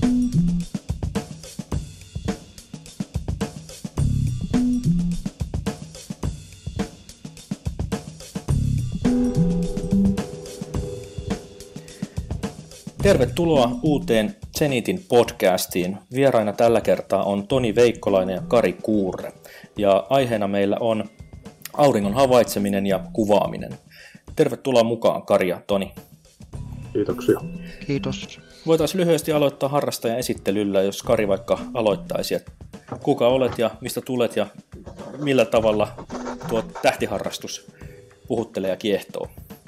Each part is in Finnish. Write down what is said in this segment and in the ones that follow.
Tervetuloa uuteen Zenitin podcastiin. Vieraina tällä kertaa on Toni Veikkolainen ja Kari Kuurre. Ja aiheena meillä on auringon havaitseminen ja kuvaaminen. Tervetuloa mukaan, Kari ja Toni. Kiitoksia. Kiitos. Voitaisiin lyhyesti aloittaa harrastajan esittelyllä, jos Kari vaikka aloittaisi. Kuka olet ja mistä tulet ja millä tavalla tuo tähtiharrastus puhuttelee ja kiehtoo?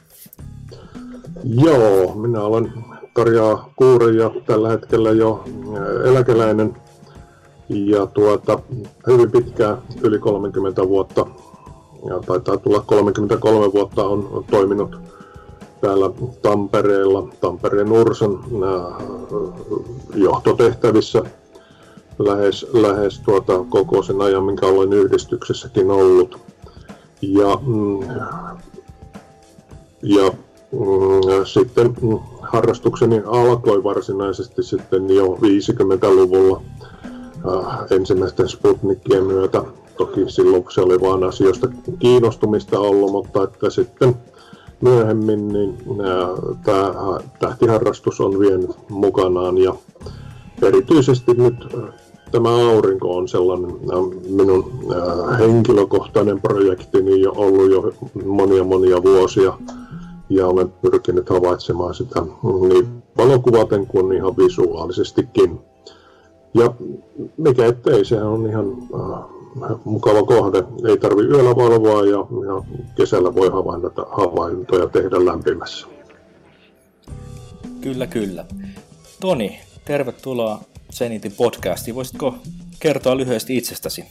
Joo, minä olen Kari Kuurre ja tällä hetkellä jo eläkeläinen ja hyvin pitkään, yli 30 vuotta, ja taitaa tulla 33 vuotta on toiminut täällä Tampereella, Tampereen Ursan johtotehtävissä lähes koko sen ajan, minkä olen yhdistyksessäkin ollut. Sitten harrastukseni alkoi varsinaisesti sitten jo 50-luvulla ensimmäisten Sputnikien myötä. Toki silloin se oli vain asioista kiinnostumista ollut, mutta että sitten myöhemmin niin tämä tähtiharrastus on vienyt mukanaan ja erityisesti nyt tämä aurinko on sellainen minun henkilökohtainen projektini jo ollut jo monia vuosia. Ja olen pyrkinyt havaitsemaan sitä niin valokuvaten kuin ihan visuaalisestikin. Ja mikä ettei, sehän on ihan mukava kohde. Ei tarvitse yöllä valvoa ja kesällä voi havaintoja tehdä lämpimässä. Kyllä. Toni, tervetuloa Zenitin podcastiin. Voisitko kertoa lyhyesti itsestäsi?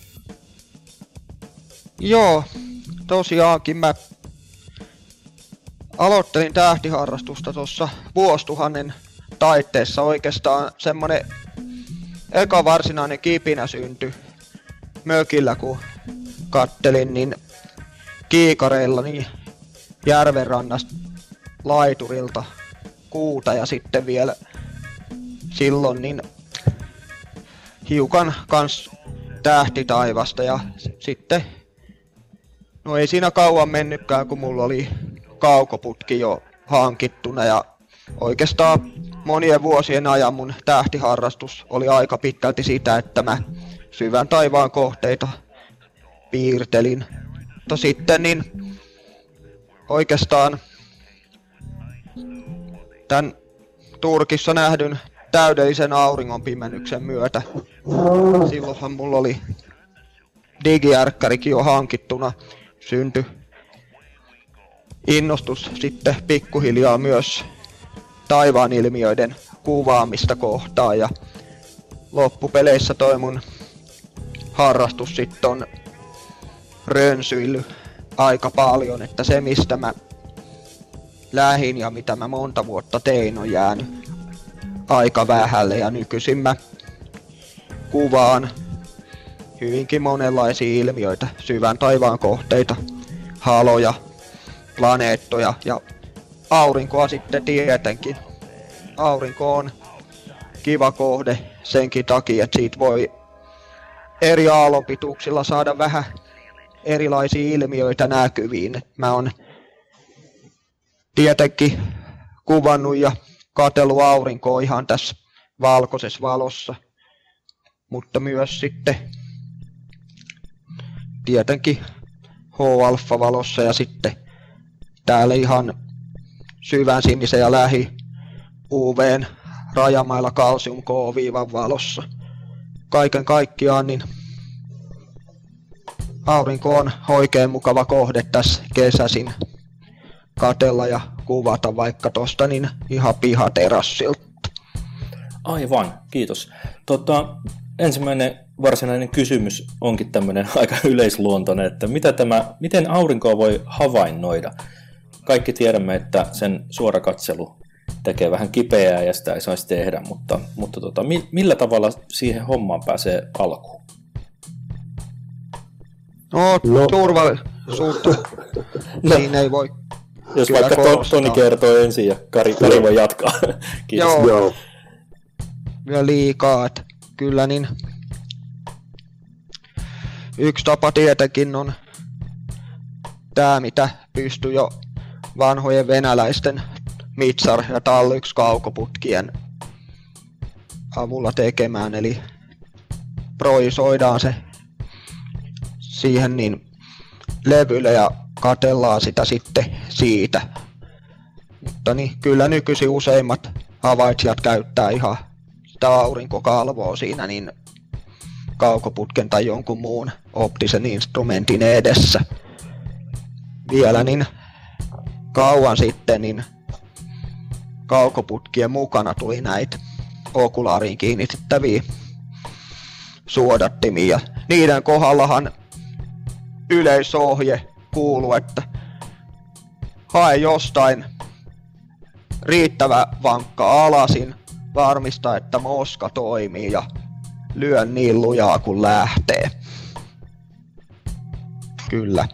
Joo, tosiaankin mä aloittelin tähtiharrastusta tuossa vuosituhannen taitteessa. Oikeastaan semmonen eka varsinainen kipinä syntyi mökillä, kun kattelin niin kiikareilla niin järvenrannasta laiturilta kuuta ja sitten vielä silloin niin hiukan kans tähtitaivasta ja sitten no ei siinä kauan mennytkään, kun mulla oli kaukoputki jo hankittuna ja oikeastaan monien vuosien ajan mun tähtiharrastus oli aika pitkälti sitä, että mä syvän taivaan kohteita piirtelin. Mutta sitten niin oikeastaan tän Turkissa nähdyn täydellisen auringonpimennyksen myötä, silloinhan mulla oli digiärkkärikin jo hankittuna, syntyi innostus sitten pikkuhiljaa myös taivaan ilmiöiden kuvaamista kohtaan ja loppupeleissä toi mun harrastus sitten on rönsyillyt aika paljon, että se mistä mä lähin ja mitä mä monta vuotta tein on jäänyt aika vähälle ja nykyisin mä kuvaan hyvinkin monenlaisia ilmiöitä, syvän taivaan kohteita, haloja, planeettoja ja aurinkoa sitten tietenkin. Aurinko on kiva kohde senkin takia, että siitä voi eri aallonpituuksilla saada vähän erilaisia ilmiöitä näkyviin. Mä oon tietenkin kuvannut ja katsellut aurinkoa ihan tässä valkoisessa valossa, mutta myös sitten tietenkin H-alfa-valossa ja sitten täällä ihan syvän sinisen ja lähi UV:n rajamailla kalsium K-viivan valossa. Kaiken kaikkiaan niin aurinko on oikein mukava kohde tässä kesäisin katsella ja kuvata vaikka tosta niin ihan pihaterassilta. Aivan, kiitos. Ensimmäinen varsinainen kysymys onkin tämmöinen aika yleisluontoinen, että miten aurinkoa voi havainnoida? Kaikki tiedämme, että sen suorakatselu tekee vähän kipeää ja sitä ei saisi tehdä, mutta millä tavalla siihen hommaan pääsee alkuun? No. Turvallisuutta. Siinä ei voi. Jos vaikka Toni kertoo ensin ja Kari voi jatkaa. Kiitos. Joo. vielä liikaa, että kyllä niin yksi tapa tietenkin on tää, mitä pystyy jo vanhojen venäläisten mitsar- ja tall-1-kaukoputkien avulla tekemään, eli projisoidaan se siihen niin levylle ja katellaan sitä sitten siitä. Mutta niin, kyllä nykyisin useimmat havaitsijat käyttää ihan sitä aurinkokalvoa siinä niin kaukoputken tai jonkun muun optisen instrumentin edessä. Vielä niin kauan sitten niin kaukoputkien mukana tuli näitä okulaariin kiinnitettäviä suodattimia. Niiden kohdallahan yleisohje kuuluu, että hae jostain riittävä vankka alasin, varmista, että moska toimii ja lyö niin lujaa kun lähtee. Kyllä.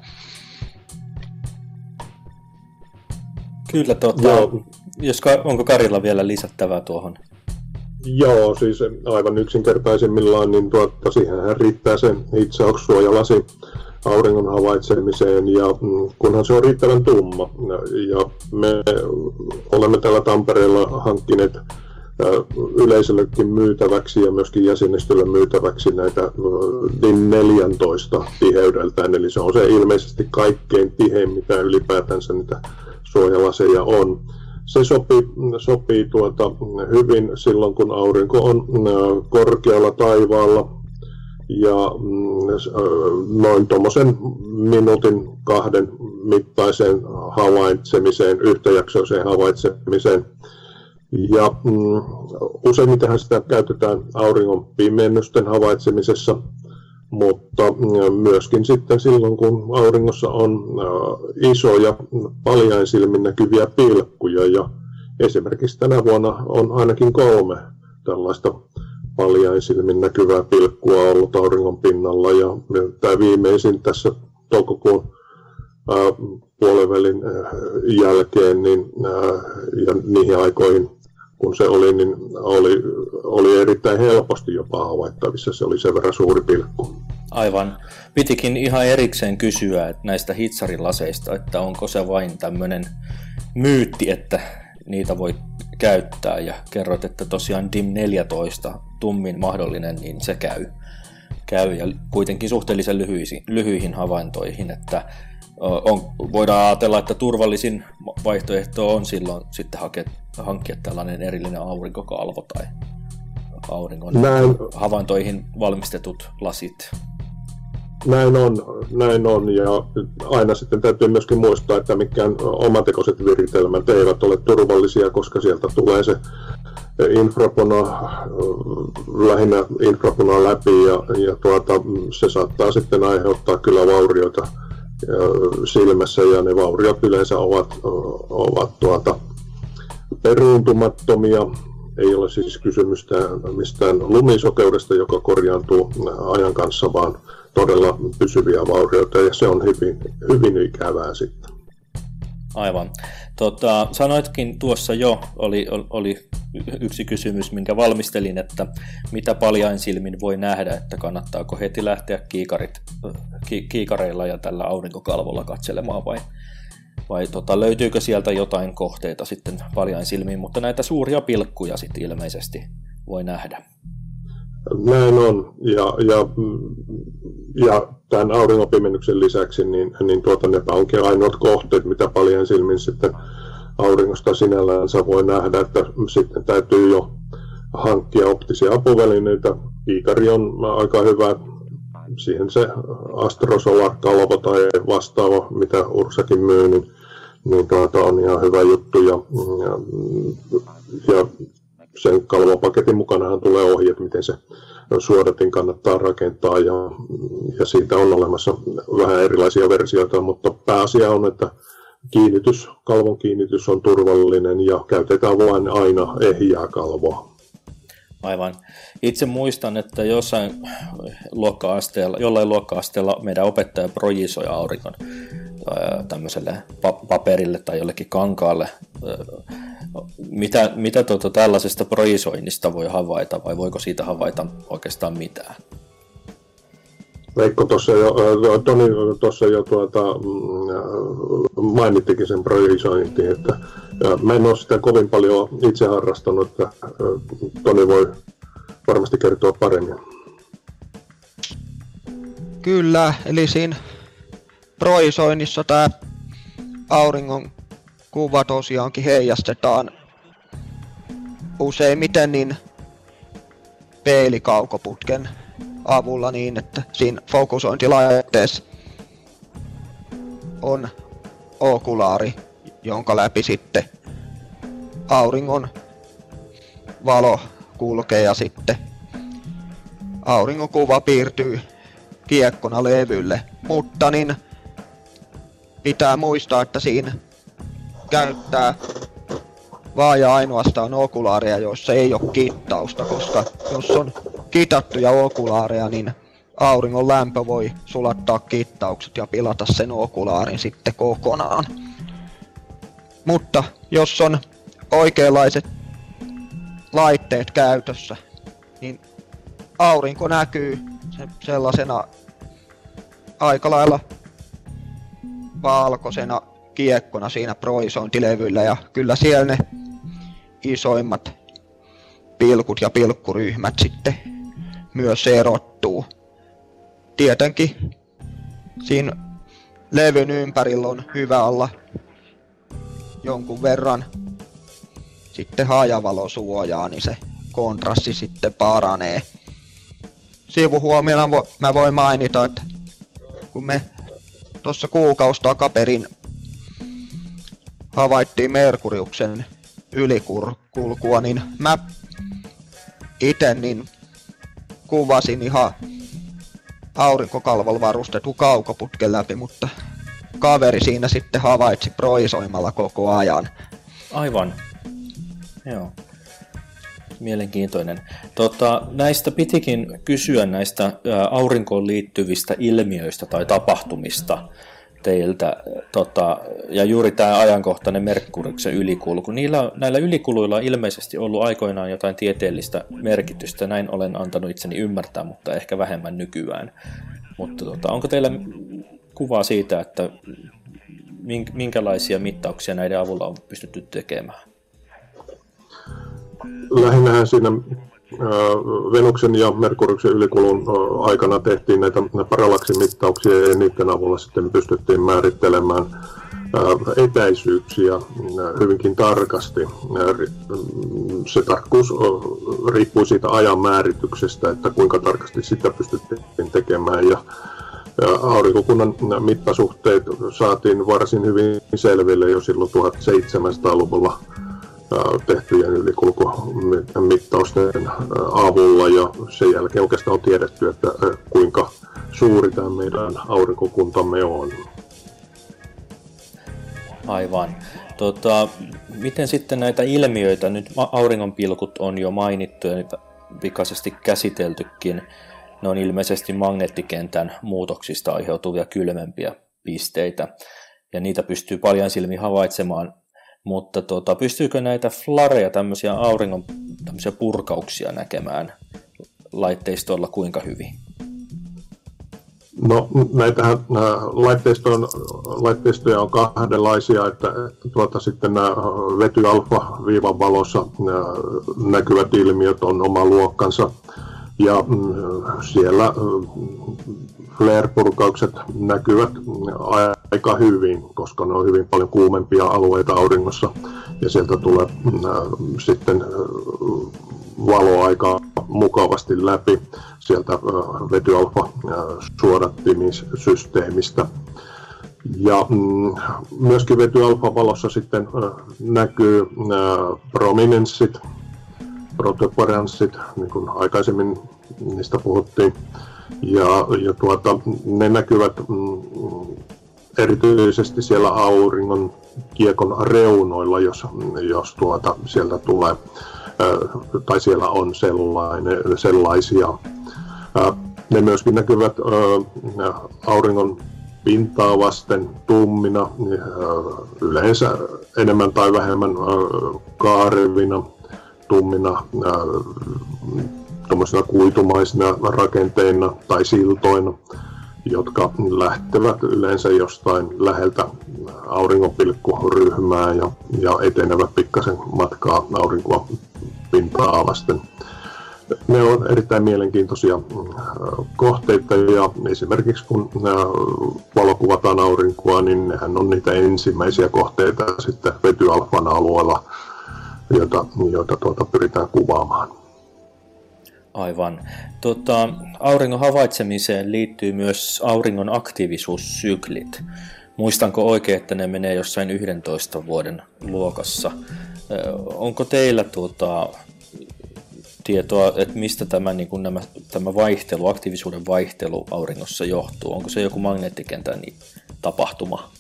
Kyllä, onko Karilla vielä lisättävää tuohon? Joo, siis aivan yksinkertaisimmillaan, niin siihenhän riittää se hitsaussuojalasi auringon havaitsemiseen, ja kunhan se on riittävän tumma. Ja me olemme täällä Tampereella hankkineet yleisöllekin myytäväksi ja myöskin jäsenistölle myytäväksi näitä DIN 14 tiheydeltään, eli se on se ilmeisesti kaikkein tihein, mitä ylipäätänsä niitä suojalaseja on. Se sopii hyvin silloin, kun aurinko on korkealla taivaalla ja noin tuommoisen minuutin 2 mittaiseen havaitsemiseen, yhtäjaksoiseen havaitsemiseen. Ja useimmitenhan sitä käytetään auringon pimennysten havaitsemisessa, mutta myöskin sitten silloin, kun auringossa on isoja paljain silmin näkyviä pilkkuja, ja esimerkiksi tänä vuonna on ainakin 3 tällaista paljain silmin näkyvää pilkkua ollut auringon pinnalla, ja tämä viimeisin tässä toukokuun puolivälin jälkeen ja niihin aikoihin, kun se oli, niin oli erittäin helposti jopa havaittavissa, se oli sen verran suuri pilkku. Aivan. Pitikin ihan erikseen kysyä että näistä hitsarilaseista, että onko se vain tämmöinen myytti, että niitä voi käyttää, ja kerroit, että tosiaan DIM 14 tummin mahdollinen, niin se käy ja kuitenkin suhteellisen lyhyihin havaintoihin, että voidaan ajatella, että turvallisin vaihtoehto on silloin sitten hankkia tällainen erillinen aurinkokalvo tai auringon havaintoihin valmistetut lasit. Näin on, ja aina sitten täytyy myöskin muistaa, että mikään omatekoiset viritelmät eivät ole turvallisia, koska sieltä tulee se lähinnä infrapunaa läpi, ja se saattaa sitten aiheuttaa kyllä vaurioita silmässä, ja ne vauriot yleensä ovat peruuntumattomia. Ei ole siis kysymystä mistään lumisokeudesta, joka korjaantuu ajan kanssa, vaan todella pysyviä vaurioita, ja se on hyvin ikävää sitten. Aivan. Sanoitkin tuossa jo, oli yksi kysymys, minkä valmistelin, että mitä paljain silmin voi nähdä, että kannattaako heti lähteä kiikareilla ja tällä aurinkokalvolla katselemaan vai löytyykö sieltä jotain kohteita sitten paljain silmiin, mutta näitä suuria pilkkuja sitten ilmeisesti voi nähdä. Näin on, ja tämän auringonpimennyksen lisäksi niin nepä onkin ainoat kohteet, mitä paljain silmin sitten auringosta sinällänsä voi nähdä, että sitten täytyy jo hankkia optisia apuvälineitä. Kiikari on aika hyvä, siihen se Astrosolar-kalvo tai vastaava, mitä Ursakin myy, niin on ihan hyvä juttu, ja sen kalvopaketin mukanahan tulee ohjeet, miten se suodatin kannattaa rakentaa, ja siitä on olemassa vähän erilaisia versioita, mutta pääasia on, että kalvon kiinnitys on turvallinen ja käytetään vain aina ehjää kalvoa. Aivan. Itse muistan, että jollain luokka-asteella meidän opettaja projisoi auringon tämmöiselle paperille tai jollekin kankaalle Mitä tällaisesta projisoinnista voi havaita, vai voiko siitä havaita oikeastaan mitään? Veikko tuossa jo, Toni tuossa jo mainittikin sen projisointiin, että mä en ole sitä kovin paljon itse harrastanut, että Toni voi varmasti kertoa paremmin. Kyllä, eli siinä projisoinnissa tämä auringon kuva tosiaankin heijastetaan useimmiten niin peilikaukoputken avulla niin, että siinä fokusointilaitteessa on okulaari, jonka läpi sitten auringon valo kulkee ja sitten auringon kuva piirtyy kiekkona levylle. Mutta niin pitää muistaa, että siinä käyttää vaan ja ainoastaan okulaareja, joissa ei ole kittausta, koska jos on kitattuja okulaareja, niin auringon lämpö voi sulattaa kittaukset ja pilata sen okulaarin sitten kokonaan. Mutta jos on oikeanlaiset laitteet käytössä, niin aurinko näkyy sellaisena aika lailla valkoisena kiekkona siinä projisointilevyllä, ja kyllä siellä ne isoimmat pilkut ja pilkkuryhmät sitten myös erottuu. Tietenkin siinä levyn ympärillä on hyvä olla jonkun verran sitten hajavalosuojaa, niin se kontrasti sitten paranee. Sivuhuomiona mä voin mainita, että kun me tuossa kuukausi takaperin havaittiin Merkuriuksen ylikulkua, niin mä ite niin kuvasin ihan aurinkokalvolla varustetun kaukoputken läpi, mutta kaveri siinä sitten havaitsi projisoimalla koko ajan. Aivan. Joo. Mielenkiintoinen. Näistä pitikin kysyä näistä aurinkoon liittyvistä ilmiöistä tai tapahtumista teiltä. Ja juuri tämä ajankohtainen Merkuriuksen ylikulku. Näillä ylikuluilla on ilmeisesti ollut aikoinaan jotain tieteellistä merkitystä. Näin olen antanut itseni ymmärtää, mutta ehkä vähemmän nykyään. Mutta onko teillä kuvaa siitä, että minkälaisia mittauksia näiden avulla on pystytty tekemään? Lähinnähän siinä Venuksen ja Merkuriuksen ylikulun aikana tehtiin näitä parallaksimittauksia ja niiden avulla sitten pystyttiin määrittelemään etäisyyksiä hyvinkin tarkasti. Se tarkkuus riippuu siitä ajan määrityksestä, että kuinka tarkasti sitä pystyttiin tekemään. Ja aurinkokunnan mittasuhteet saatiin varsin hyvin selville jo silloin 1700-luvulla tehtyjen ylikulkumittausten avulla, ja sen jälkeen oikeastaan on tiedetty, että kuinka suuri tämä meidän aurinkokuntamme on. Aivan. Miten sitten näitä ilmiöitä, nyt auringonpilkut on jo mainittu ja pikaisesti käsiteltykin, ne on ilmeisesti magneettikentän muutoksista aiheutuvia kylmempiä pisteitä, ja niitä pystyy paljon silmin havaitsemaan. Mutta pystyykö näitä flareja, tämmöisiä auringon tämmöisiä purkauksia näkemään laitteistoilla kuinka hyvin? No näitähän laitteistoja on kahdenlaisia, että sitten nämä vetyalfa-viivan valossa näkyvät ilmiöt on oma luokkansa, ja siellä flare-purkaukset näkyvät aika hyvin, koska ne on hyvin paljon kuumempia alueita auringossa, ja sieltä tulee sitten valo aika mukavasti läpi sieltä vetyalfa-suodattimisysteemistä. Ja myöskin vetyalfa-valossa sitten näkyy prominenssit, protuberanssit, niin kuin aikaisemmin niistä puhuttiin. Ja ne näkyvät erityisesti siellä auringon kiekon reunoilla, jos sieltä tulee, tai siellä on sellaisia. Ne myöskin näkyvät auringon pintaa vasten tummina, yleensä enemmän tai vähemmän kaarevina, tummina, tuommoisina kuitumaisina rakenteina tai siltoina, jotka lähtevät yleensä jostain läheltä auringonpilkkuryhmää ja etenevät pikkasen matkaa aurinkoa pintaa vasten. Ne on erittäin mielenkiintoisia kohteita ja esimerkiksi kun valokuvataan aurinkoa, niin nehän on niitä ensimmäisiä kohteita sitten vetyalfan alueella, joita pyritään kuvaamaan. Aivan. Auringon havaitsemiseen liittyy myös auringon aktiivisuussyklit. Muistanko oikein, että ne menee jossain 11 vuoden luokassa? Onko teillä tietoa, että mistä tämä vaihtelu, aktiivisuuden vaihtelu auringossa johtuu? Onko se joku magneettikentän tapahtuma?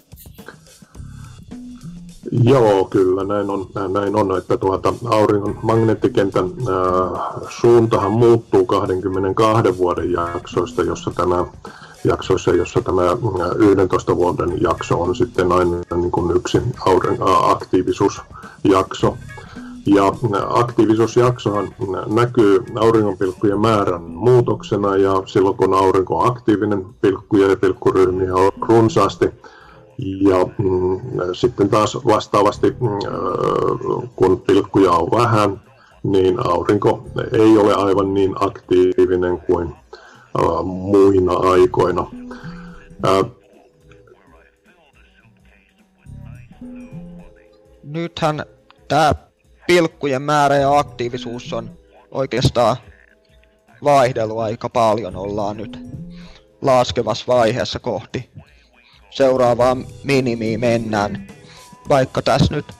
Joo, kyllä näin on, että auringon magneettikentän suuntahan muuttuu 22 vuoden jaksoissa, jossa tämä 11 vuoden jakso on sitten aina niin kuin yksi aktiivisuusjakso. Ja aktiivisuusjaksohan näkyy auringonpilkkujen määrän muutoksena, ja silloin kun aurinko on aktiivinen, pilkkuja ja pilkkuryhmiä on runsaasti. Ja sitten taas vastaavasti, kun pilkkuja on vähän, niin aurinko ei ole aivan niin aktiivinen kuin muina aikoina. Nythän tämä pilkkujen määrä ja aktiivisuus on oikeastaan vaihdellut aika paljon. Ollaan nyt laskevassa vaiheessa kohti seuraavaa minimiä mennään. Vaikka tässä nyt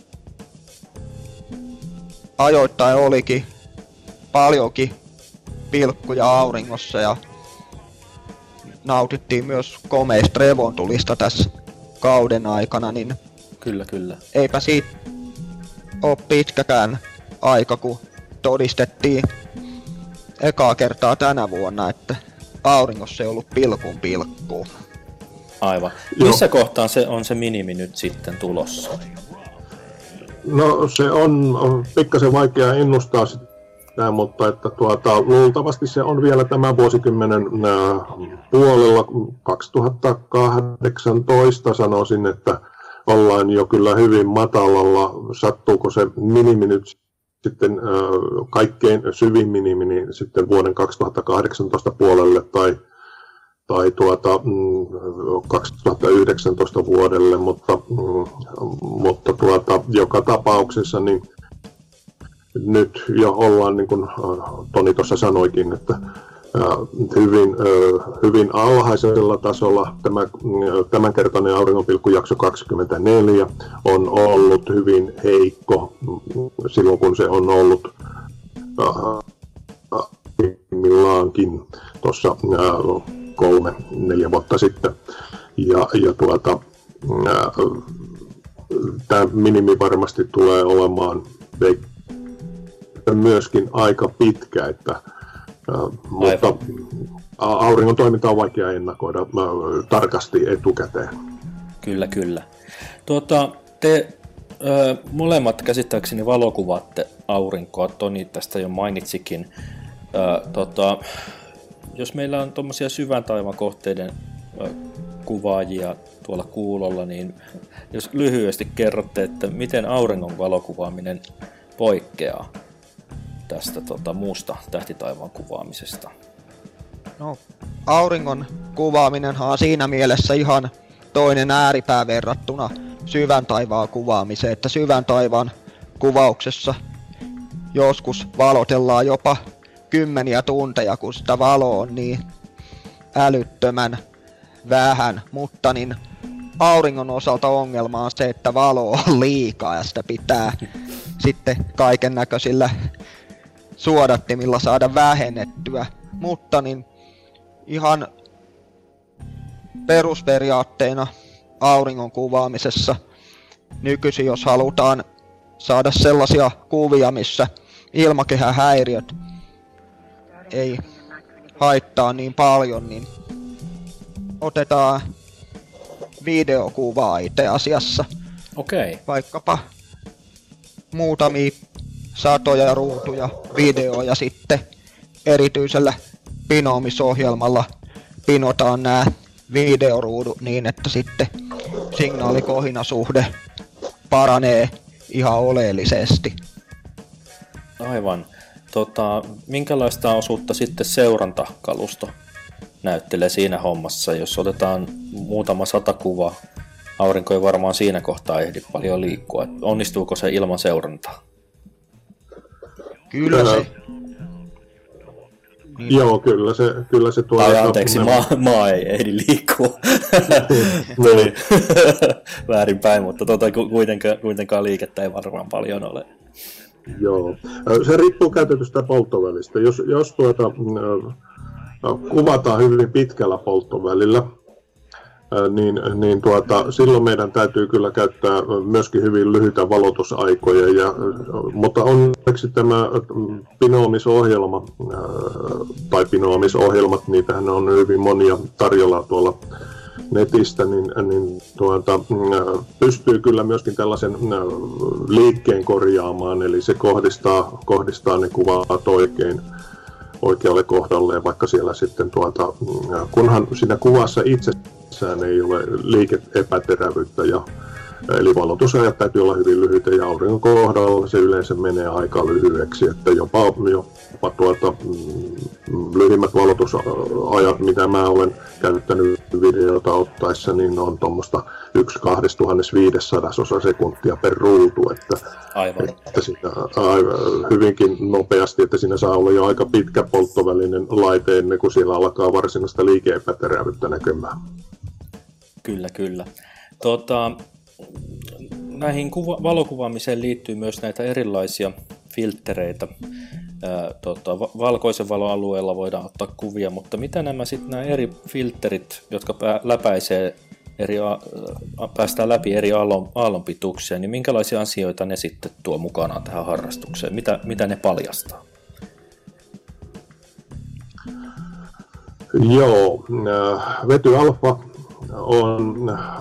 ajoittain olikin paljonkin pilkkuja auringossa ja nautittiin myös komeista revontulista tässä kauden aikana, niin Kyllä. Eipä siitä ole pitkäkään aika, kun todistettiin ekaa kertaa tänä vuonna, että auringossa ei ollut pilkun pilkkuu. Aivan. Missä kohtaan se on se minimi nyt sitten tulossa? No se on pikkasen vaikea ennustaa sitä, mutta että luultavasti se on vielä tämän vuosikymmenen puolella. 2018 sanoisin, että ollaan jo kyllä hyvin matalalla. Sattuuko se minimi nyt sitten kaikkein syvin minimi niin sitten vuoden 2018 puolelle tai 2019 vuodelle, mutta joka tapauksessa niin nyt jo ollaan, niin kuin Toni tuossa sanoikin, että hyvin alhaisella tasolla. Tämänkertainen auringonpilkkujakso 24 on ollut hyvin heikko silloin, kun se on ollut millaankin tuossa 3-4 vuotta sitten. Tämä minimi varmasti tulee olemaan myöskin aika pitkä, mutta auringon toiminta on vaikea ennakoida tarkasti etukäteen. Kyllä. Te molemmat käsittääkseni valokuvaatte aurinkoa, Toni tästä jo mainitsikin. Jos meillä on tuommoisia syvän taivaan kohteiden kuvaajia tuolla kuulolla, niin jos lyhyesti kerrotte, että miten auringon valokuvaaminen poikkeaa tästä muusta tähtitaivaan kuvaamisesta? No, auringon kuvaaminenhan on siinä mielessä ihan toinen ääripää verrattuna syvän taivaan kuvaamiseen, että syvän taivaan kuvauksessa joskus valotellaan jopa kymmeniä tunteja, kun sitä valoa on niin älyttömän vähän, mutta niin auringon osalta ongelma on se, että valo on liikaa ja sitä pitää sitten kaiken näköisillä suodattimilla saada vähennettyä, mutta niin ihan perusperiaatteena auringon kuvaamisessa nykyisin, jos halutaan saada sellaisia kuvia, missä ilmakehän häiriöt ei haittaa niin paljon, niin otetaan videokuvaa itse asiassa. Okei. Vaikkapa muutamia satoja ruutuja videoja sitten erityisellä pinoomisohjelmalla pinotaan nämä videoruudut niin, että sitten signaalikohinasuhde paranee ihan oleellisesti. Aivan. Minkälaista osuutta sitten seurantakalusto näyttelee siinä hommassa? Jos otetaan muutama 100 kuvaa, aurinko ei varmaan siinä kohtaa ehdi paljon liikkua. Onnistuuko se ilman seurantaa? Kyllä se. Joo, kyllä se tuo. Tai anteeksi, maa ei ehdi liikkua. Tuli väärinpäin, mutta kuitenkaan liikettä ei varmaan paljon ole. Joo, se riippuu käytetystä polttovälistä. Jos kuvataan hyvin pitkällä polttovälillä, niin silloin meidän täytyy kyllä käyttää myöskin hyvin lyhyitä valotusaikoja, mutta onneksi tämä pinoomisohjelma tai pinoomisohjelmat, niitähän on hyvin monia tarjolla tuolla netistä, niin pystyy kyllä myöskin tällaisen liikkeen korjaamaan, eli se kohdistaa ne kuvat oikealle kohdalle, vaikka siellä sitten kunhan siinä kuvassa itsessään ei ole liike-epäterävyyttä, eli valotusajat täytyy olla hyvin lyhyitä, ja auringon kohdalla se yleensä menee aika lyhyeksi, että jopa lyhimmät valotusajat, mitä mä olen käyttänyt videota ottaessa, niin on tuommoista 1/2500 sekuntia per ruutu, että siinä hyvinkin nopeasti, että siinä saa olla jo aika pitkä polttovälinen laite ennen kuin siellä alkaa varsinaista liike-epäterävyyttä näkymään. Kyllä. Näihin valokuvaamiseen liittyy myös näitä erilaisia filttereitä. Valkoisen valon alueella voidaan ottaa kuvia, mutta mitä nämä eri filtterit, jotka päästään läpi eri aallonpituuksia, niin minkälaisia asioita ne sitten tuo mukanaan tähän harrastukseen? Mitä ne paljastaa? Joo, Vety Alpha on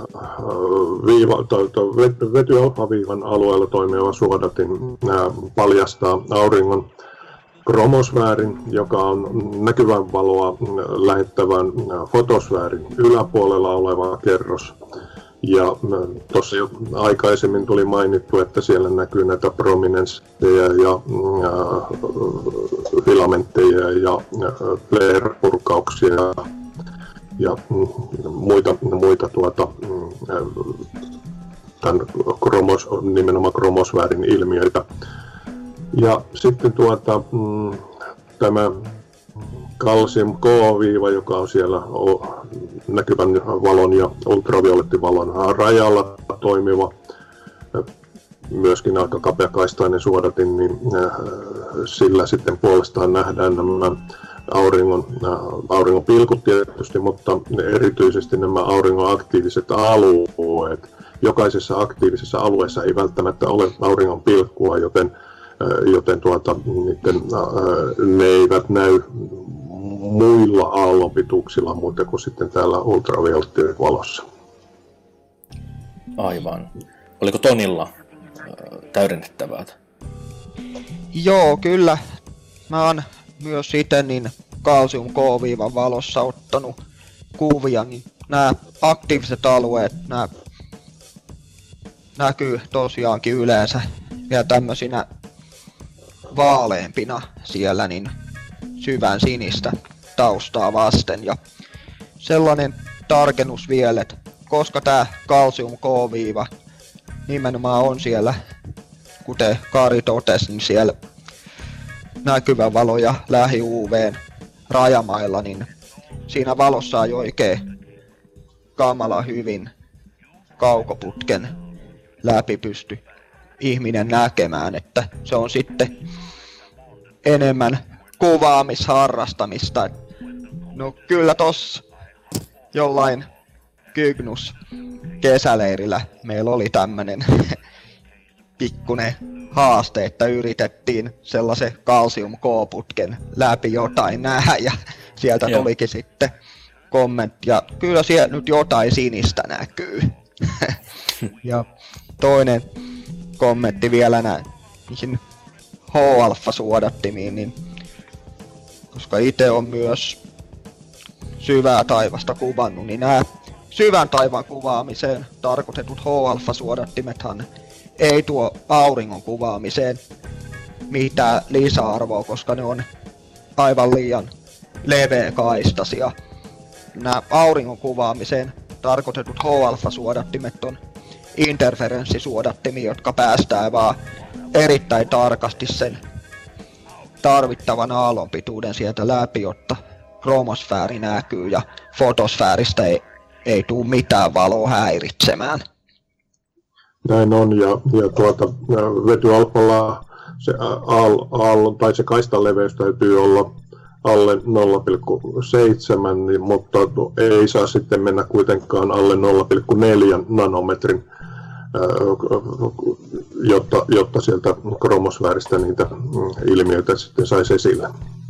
Vety Alpha-viivan alueella toimiva suodatin paljastaa auringon kromosfäärin, joka on näkyvän valoa lähettävän fotosfäärin yläpuolella oleva kerros. Ja tuossa jo aikaisemmin tuli mainittu, että siellä näkyy näitä prominensseja ja filamentteja ja flare-purkauksia ja muita tämän nimenomaan kromosfäärin ilmiöitä. Ja sitten tämä kalsium K-viiva, joka on siellä näkyvän valon ja ultraviolettivalon rajalla toimiva, myöskin aika kapeakaistainen suodatin, niin sillä sitten puolestaan nähdään nämä auringon pilkut tietysti, mutta erityisesti nämä auringon aktiiviset alueet. Jokaisessa aktiivisessa alueessa ei välttämättä ole auringon pilkkua, joten ne eivät näy muilla aallonpituuksilla muuta kuin sitten täällä ultraviolettivalossa. Aivan. Oliko Tonilla täydennettävää? Joo, kyllä. Mä oon myös itse niin kalsium K-viivan valossa ottanut kuvia, niin nämä aktiiviset alueet, nämä näkyy tosiaankin yleensä vielä tämmöisinä vaaleampina siellä, niin syvän sinistä taustaa vasten. Ja sellainen tarkennus vielä, että koska tämä kalsium K-viiva nimenomaan on siellä, kuten Kari totesi, niin siellä näkyvä valo ja lähi-UV:n rajamailla, niin siinä valossa ei oikein kamala hyvin kaukoputken läpi pysty ihminen näkemään, että se on sitten enemmän kuvaamisharrastamista. No kyllä tossa jollain Kygnus kesäleirillä meillä oli tämmönen pikkunen haaste, että yritettiin sellaisen kalsium K-putken läpi jotain nähdä ja sieltä tulikin sitten kommentti, ja kyllä siellä nyt jotain sinistä näkyy. Ja toinen kommentti vielä näihin H-alfa-suodattimiin, niin koska itse on myös syvää taivasta kuvannut, niin nämä syvän taivaan kuvaamiseen tarkoitetut H-alfa-suodattimethan ei tuo auringon kuvaamiseen mitään lisäarvoa, koska ne on aivan liian leveäkaistaisia. Nämä auringon kuvaamiseen tarkoitetut H-alfa-suodattimet on interferenssisuodattimia, jotka päästää vaan erittäin tarkasti sen tarvittavan aallonpituuden sieltä läpi, jotta kromosfääri näkyy ja fotosfääristä ei tule mitään valoa häiritsemään. Näin on, ja vetyalfalla se aallon tai se kaistan leveys täytyy olla alle 0,7, mutta ei saa sitten mennä kuitenkaan alle 0,4 nanometrin, jotta sieltä kromosfääristä niitä ilmiöitä sitten saisi esille.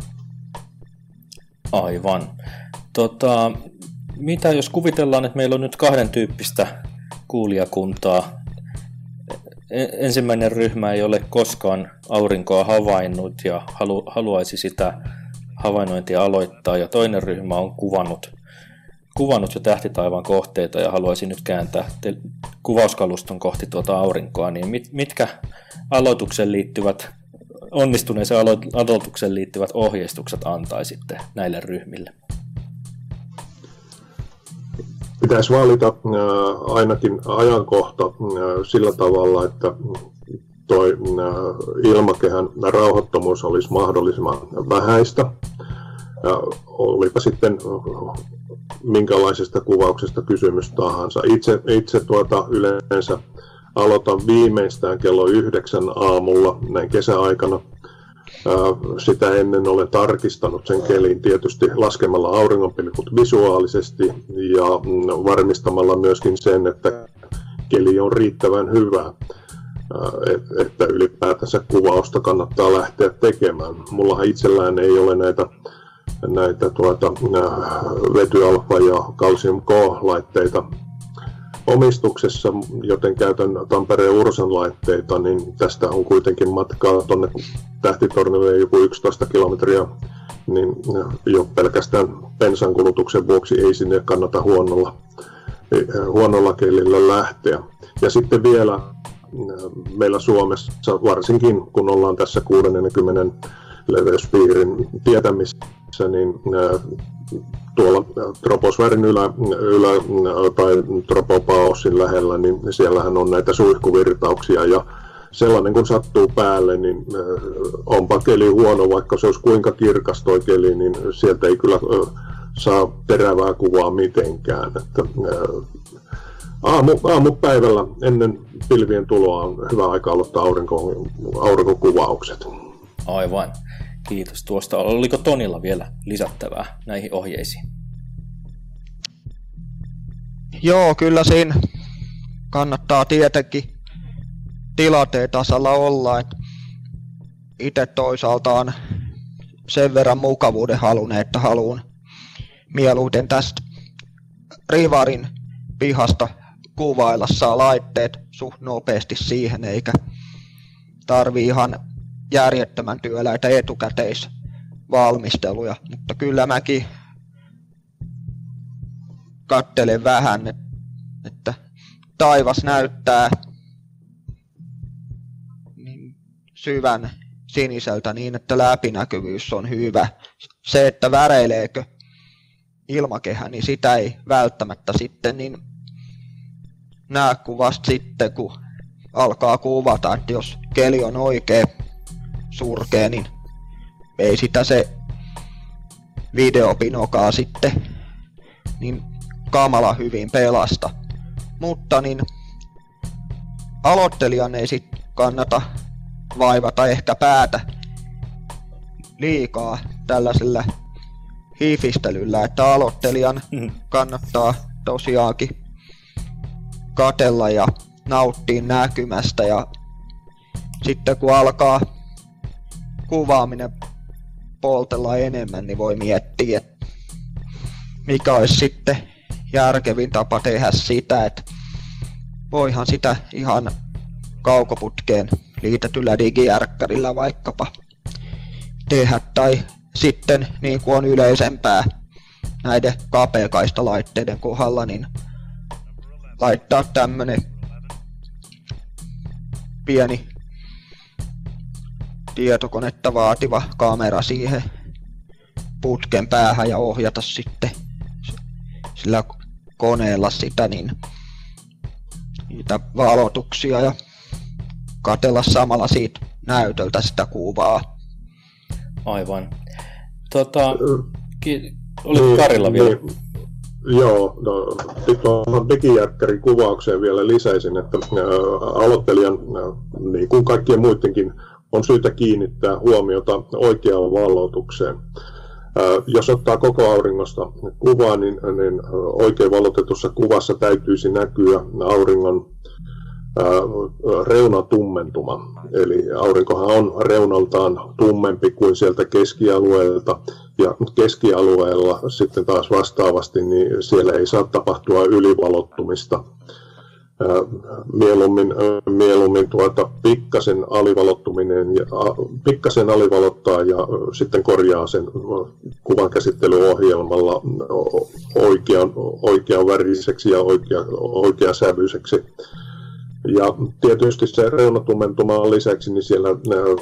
Aivan. Mitä jos kuvitellaan, että meillä on nyt kahden tyyppistä kuulijakuntaa? Ensimmäinen ryhmä ei ole koskaan aurinkoa havainnut ja haluaisi sitä havainnointia aloittaa, ja toinen ryhmä on kuvannut jo tähtitaivaan kohteita ja haluaisi nyt kääntää kuvauskaluston kohti tuota aurinkoa, niin mitkä onnistuneeseen aloitukseen liittyvät ohjeistukset antaisitte näille ryhmille? Pitäisi valita ainakin ajankohta sillä tavalla, että toi ilmakehän rauhattomuus olisi mahdollisimman vähäistä. Ja olipa sitten minkälaisesta kuvauksesta kysymys tahansa. Itse yleensä aloitan viimeistään kello 9 aamulla näin kesäaikana. Sitä ennen olen tarkistanut sen kelin tietysti laskemalla auringonpilkut visuaalisesti ja varmistamalla myöskin sen, että keli on riittävän hyvä, että ylipäätänsä kuvausta kannattaa lähteä tekemään. Mullahan itsellään ei ole näitä vetyalfa- ja kalsium K-laitteita omistuksessa, joten käytän Tampereen Ursan laitteita, niin tästä on kuitenkin matkaa tuonne Tähtitornille joku 11 kilometriä, niin jo pelkästään bensan kulutuksen vuoksi ei sinne kannata huonolla kelillä lähteä. Ja sitten vielä meillä Suomessa, varsinkin kun ollaan tässä 60 leveyspiirin tietämissä, niin tuolla troposfäärin tai tropopaosin lähellä, niin siellähän on näitä suihkuvirtauksia, ja sellainen kun sattuu päälle, niin onpa keli huono, vaikka se olisi kuinka kirkas toi keli, niin sieltä ei kyllä saa terävää kuvaa mitenkään. Että, aamupäivällä ennen pilvien tuloa on hyvä aika aloittaa aurinkokuvaukset. Aivan. Kiitos tuosta. Oliko Tonilla vielä lisättävää näihin ohjeisiin? Joo, kyllä siinä kannattaa tietenkin tilanteen tasalla olla. Itse toisaalta on sen verran mukavuuden halunen, että haluan mieluiten tästä rivarin pihasta kuvailla saa laitteet suht nopeasti siihen, eikä tarvii ihan järjettömän työläitä etukäteisvalmisteluja, mutta kyllä mäkin katselen vähän, että taivas näyttää niin syvän siniseltä niin, että läpinäkyvyys on hyvä. Se, että väreileekö ilmakehä, niin sitä ei välttämättä sitten niin näe kuin vasta sitten, kun alkaa kuvata, että jos keli on oikein surkea, niin ei sitä se videopinokaa sitten niin kamala hyvin pelasta. Mutta niin aloittelijan ei sit kannata vaivata ehkä päätä liikaa tällaisella hifistelyllä, että aloittelijan kannattaa tosiaankin katsella ja nauttia näkymästä, ja sitten kun alkaa kuvaaminen poltella enemmän, niin voi miettiä, että mikä olisi sitten järkevin tapa tehdä sitä, että voihan sitä ihan kaukoputkeen liitetyllä digijärkkärillä vaikkapa tehdä, tai sitten niin kuin on yleisempää näiden kapeakaistalaitteiden kohdalla, niin laittaa tämmönen pieni tietokonetta vaativa kamera siihen putken päähän ja ohjata sitten sillä koneella sitä niin niitä valotuksia ja katsella samalla siitä näytöltä sitä kuvaa. Aivan. Oliko Karilla vielä? Joo, tuohon digijärkkärin kuvaukseen vielä lisäisin, että aloittelijan, niin kuin kaikkien muidenkin, on syytä kiinnittää huomiota oikeaan valotukseen. Jos ottaa koko auringosta kuvaa, niin oikein valotetussa kuvassa täytyisi näkyä auringon reunatummentuma. Eli aurinkohan on reunaltaan tummempi kuin sieltä keskialueelta, ja keskialueella sitten taas vastaavasti, niin siellä ei saa tapahtua ylivalottumista. Mieluummin pikkasen alivalottuminen ja pikkasen alivalottaa ja sitten korjaa sen kuvan käsittelyohjelmalla oikean väriseksi ja oikeasävyiseksi. Ja tietysti se reunatummentuman lisäksi niin siellä,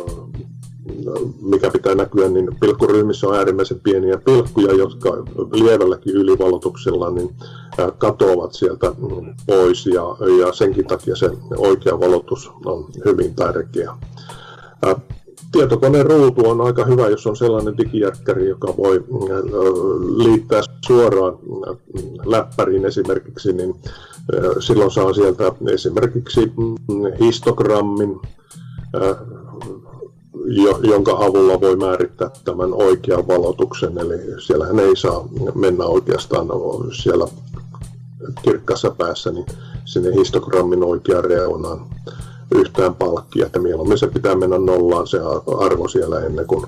mikä pitää näkyä, niin pilkkuryhmissä on äärimmäisen pieniä pilkkuja, jotka lievälläkin ylivalotuksella niin katoavat sieltä pois, ja senkin takia se oikea valotus on hyvin tärkeä. Tietokoneen ruutu on aika hyvä, jos on sellainen digijärkkäri, joka voi liittää suoraan läppäriin esimerkiksi, niin silloin saa sieltä esimerkiksi histogrammin, jonka avulla voi määrittää tämän oikean valotuksen, eli siellähän ei saa mennä oikeastaan siellä kirkkaassa päässä niin sinne histogrammin oikeaan reunaan yhtään palkkia, että mieluummin se pitää mennä nollaan se arvo siellä ennen kuin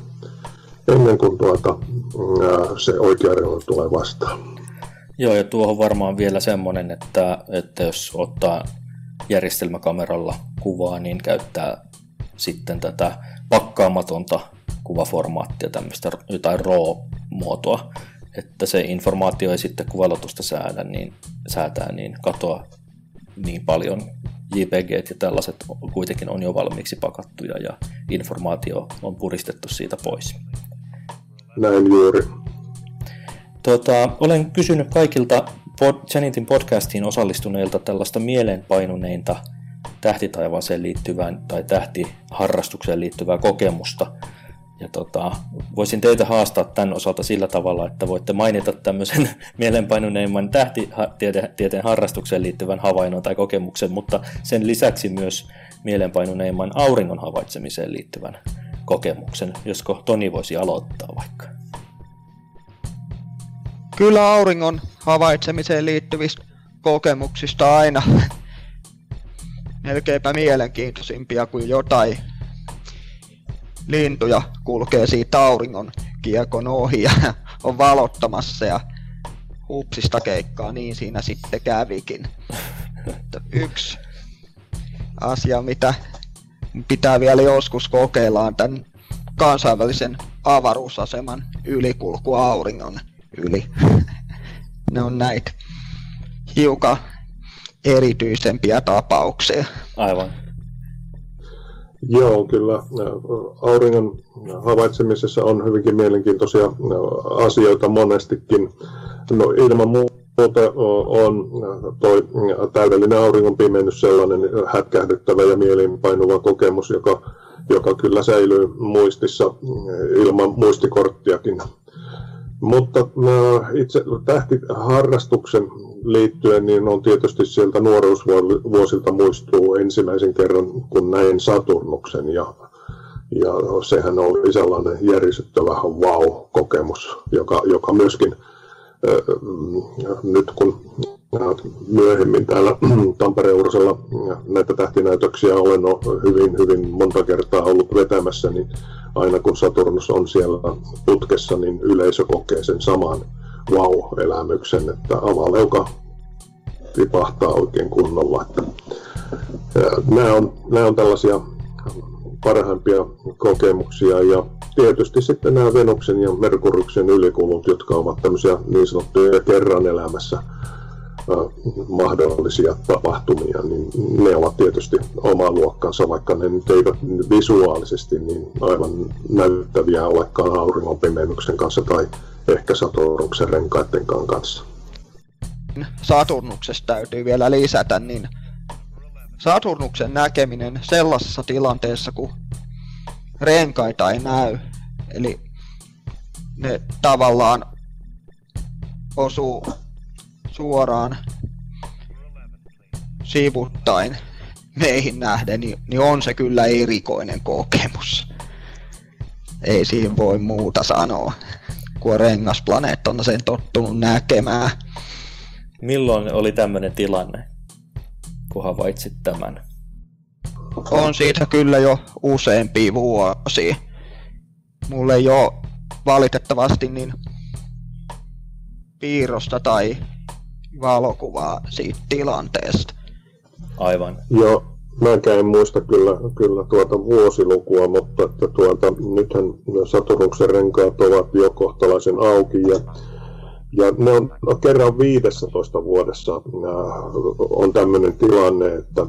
se oikea reuna tulee vastaan. Joo, ja tuohon varmaan vielä semmoinen, että jos ottaa järjestelmäkameralla kuvaa, niin käyttää sitten tätä pakkaamatonta kuvaformaattia, tämmöistä jotain RAW-muotoa, että se informaatio ei sitten kun valotusta säätää, niin katoa niin paljon. JPG ja tällaiset kuitenkin on jo valmiiksi pakattuja ja informaatio on puristettu siitä pois. Näin juuri. Olen kysynyt kaikilta Zenitin podcastiin osallistuneilta tällaista mieleenpainuneinta tähtitaivaaseen liittyvään tai tähtiharrastukseen liittyvää kokemusta. Ja voisin teitä haastaa tämän osalta sillä tavalla, että voitte mainita tämmöisen mieleenpainuneimman tähtitieteen harrastukseen liittyvän havainnon tai kokemuksen, mutta sen lisäksi myös mieleenpainuneimman auringon havaitsemiseen liittyvän kokemuksen. Josko Toni voisi aloittaa vaikka? Kyllä auringon havaitsemiseen liittyvistä kokemuksista aina melkeinpä mielenkiintoisimpia kuin jotain lintuja kulkee siitä auringon kiekon ohi ja on valottamassa ja hupsista keikkaa, niin siinä sitten kävikin. Yksi asia, mitä pitää vielä joskus kokeilla, on tämän kansainvälisen avaruusaseman ylikulku auringon yli. Ne on näitä hiukan erityisempiä tapauksia. Aivan. Joo, kyllä. Auringon havaitsemisessa on hyvinkin mielenkiintoisia asioita monestikin. No, ilman muuta on toi täydellinen auringon pimennys sellainen hätkähdyttävä ja mieleenpainuva kokemus, joka kyllä säilyy muistissa ilman muistikorttiakin. Mutta itse tähtiharrastuksen liittyen niin on tietysti sieltä nuoruusvuosilta muistuu ensimmäisen kerran, kun näin Saturnuksen, ja sehän oli sellainen järisyttävä wow-kokemus, joka myöskin nyt kun myöhemmin täällä Tampereen Ursalla näitä tähtinäytöksiä olen hyvin monta kertaa ollut vetämässä, niin aina kun Saturnus on siellä putkessa, niin yleisö kokee sen saman wow-elämyksen, että avaleuka tipahtaa oikein kunnolla. Että nämä on tällaisia parhaimpia kokemuksia, ja tietysti sitten nämä Venuksen ja Merkuryksen ylikulut, jotka ovat tämmöisiä niin sanottuja kerran elämässä mahdollisia tapahtumia, niin ne ovat tietysti oma luokkansa, vaikka ne nyt eivät visuaalisesti niin aivan näyttäviä olekaan auringonpimennyksen kanssa tai ehkä Saturnuksen renkaittenkaan kanssa. Saturnuksesta täytyy vielä lisätä, niin Saturnuksen näkeminen sellaisessa tilanteessa, kun renkaita ei näy, eli ne tavallaan osuu suoraan sivuttain meihin nähden, niin on se kyllä erikoinen kokemus. Ei siinä voi muuta sanoa, kun rengasplaneetta on sen tottunut näkemään. Milloin oli tämmöinen tilanne, kun havaitsit tämän? On siitä kyllä jo useampia vuosia. Mulle ei ole valitettavasti niin piirrosta tai valokuvaa siitä tilanteesta. Aivan. Joo, mäkään en muista kyllä tuota vuosilukua, mutta että nythän Saturnuksen renkaat ovat jo kohtalaisen auki, ja ne on kerran 15 vuodessa on tämmöinen tilanne, että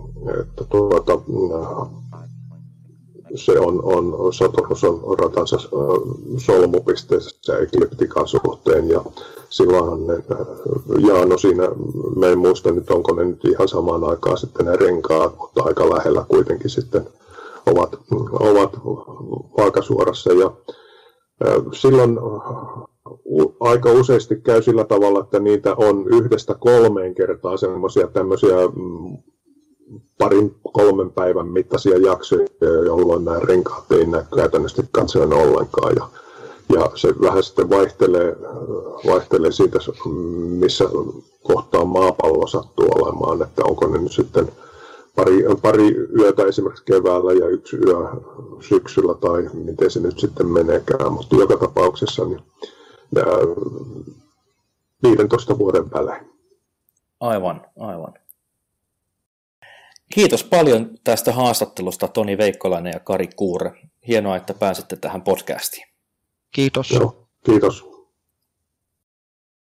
se on Saturnus on ratansa solmupisteessä ekliptikan suhteen, ja silloinhan ne Jaano siinä, mä en muista nyt onko ne nyt ihan samaan aikaan sitten ne renkaat, mutta aika lähellä kuitenkin sitten ovat vaakasuorassa, ja silloin aika useasti käy sillä tavalla, että niitä on 1-3 kertaa semmoisia tämmöisiä 2-3 päivän mittaisia jaksoja, jolloin nämä renkaat ei näy käytännössä katsoen ollenkaan. Ja se vähän sitten vaihtelee siitä, missä kohtaa maapallo sattuu olemaan, että onko ne nyt sitten pari yötä esimerkiksi keväällä ja 1 yö syksyllä tai miten se nyt sitten meneekään, mutta joka tapauksessa niin 15 vuoden välein. Aivan. Kiitos paljon tästä haastattelusta Toni Veikkolainen ja Kari Kuure. Hienoa, että pääsitte tähän podcastiin. Kiitos. Joo, kiitos.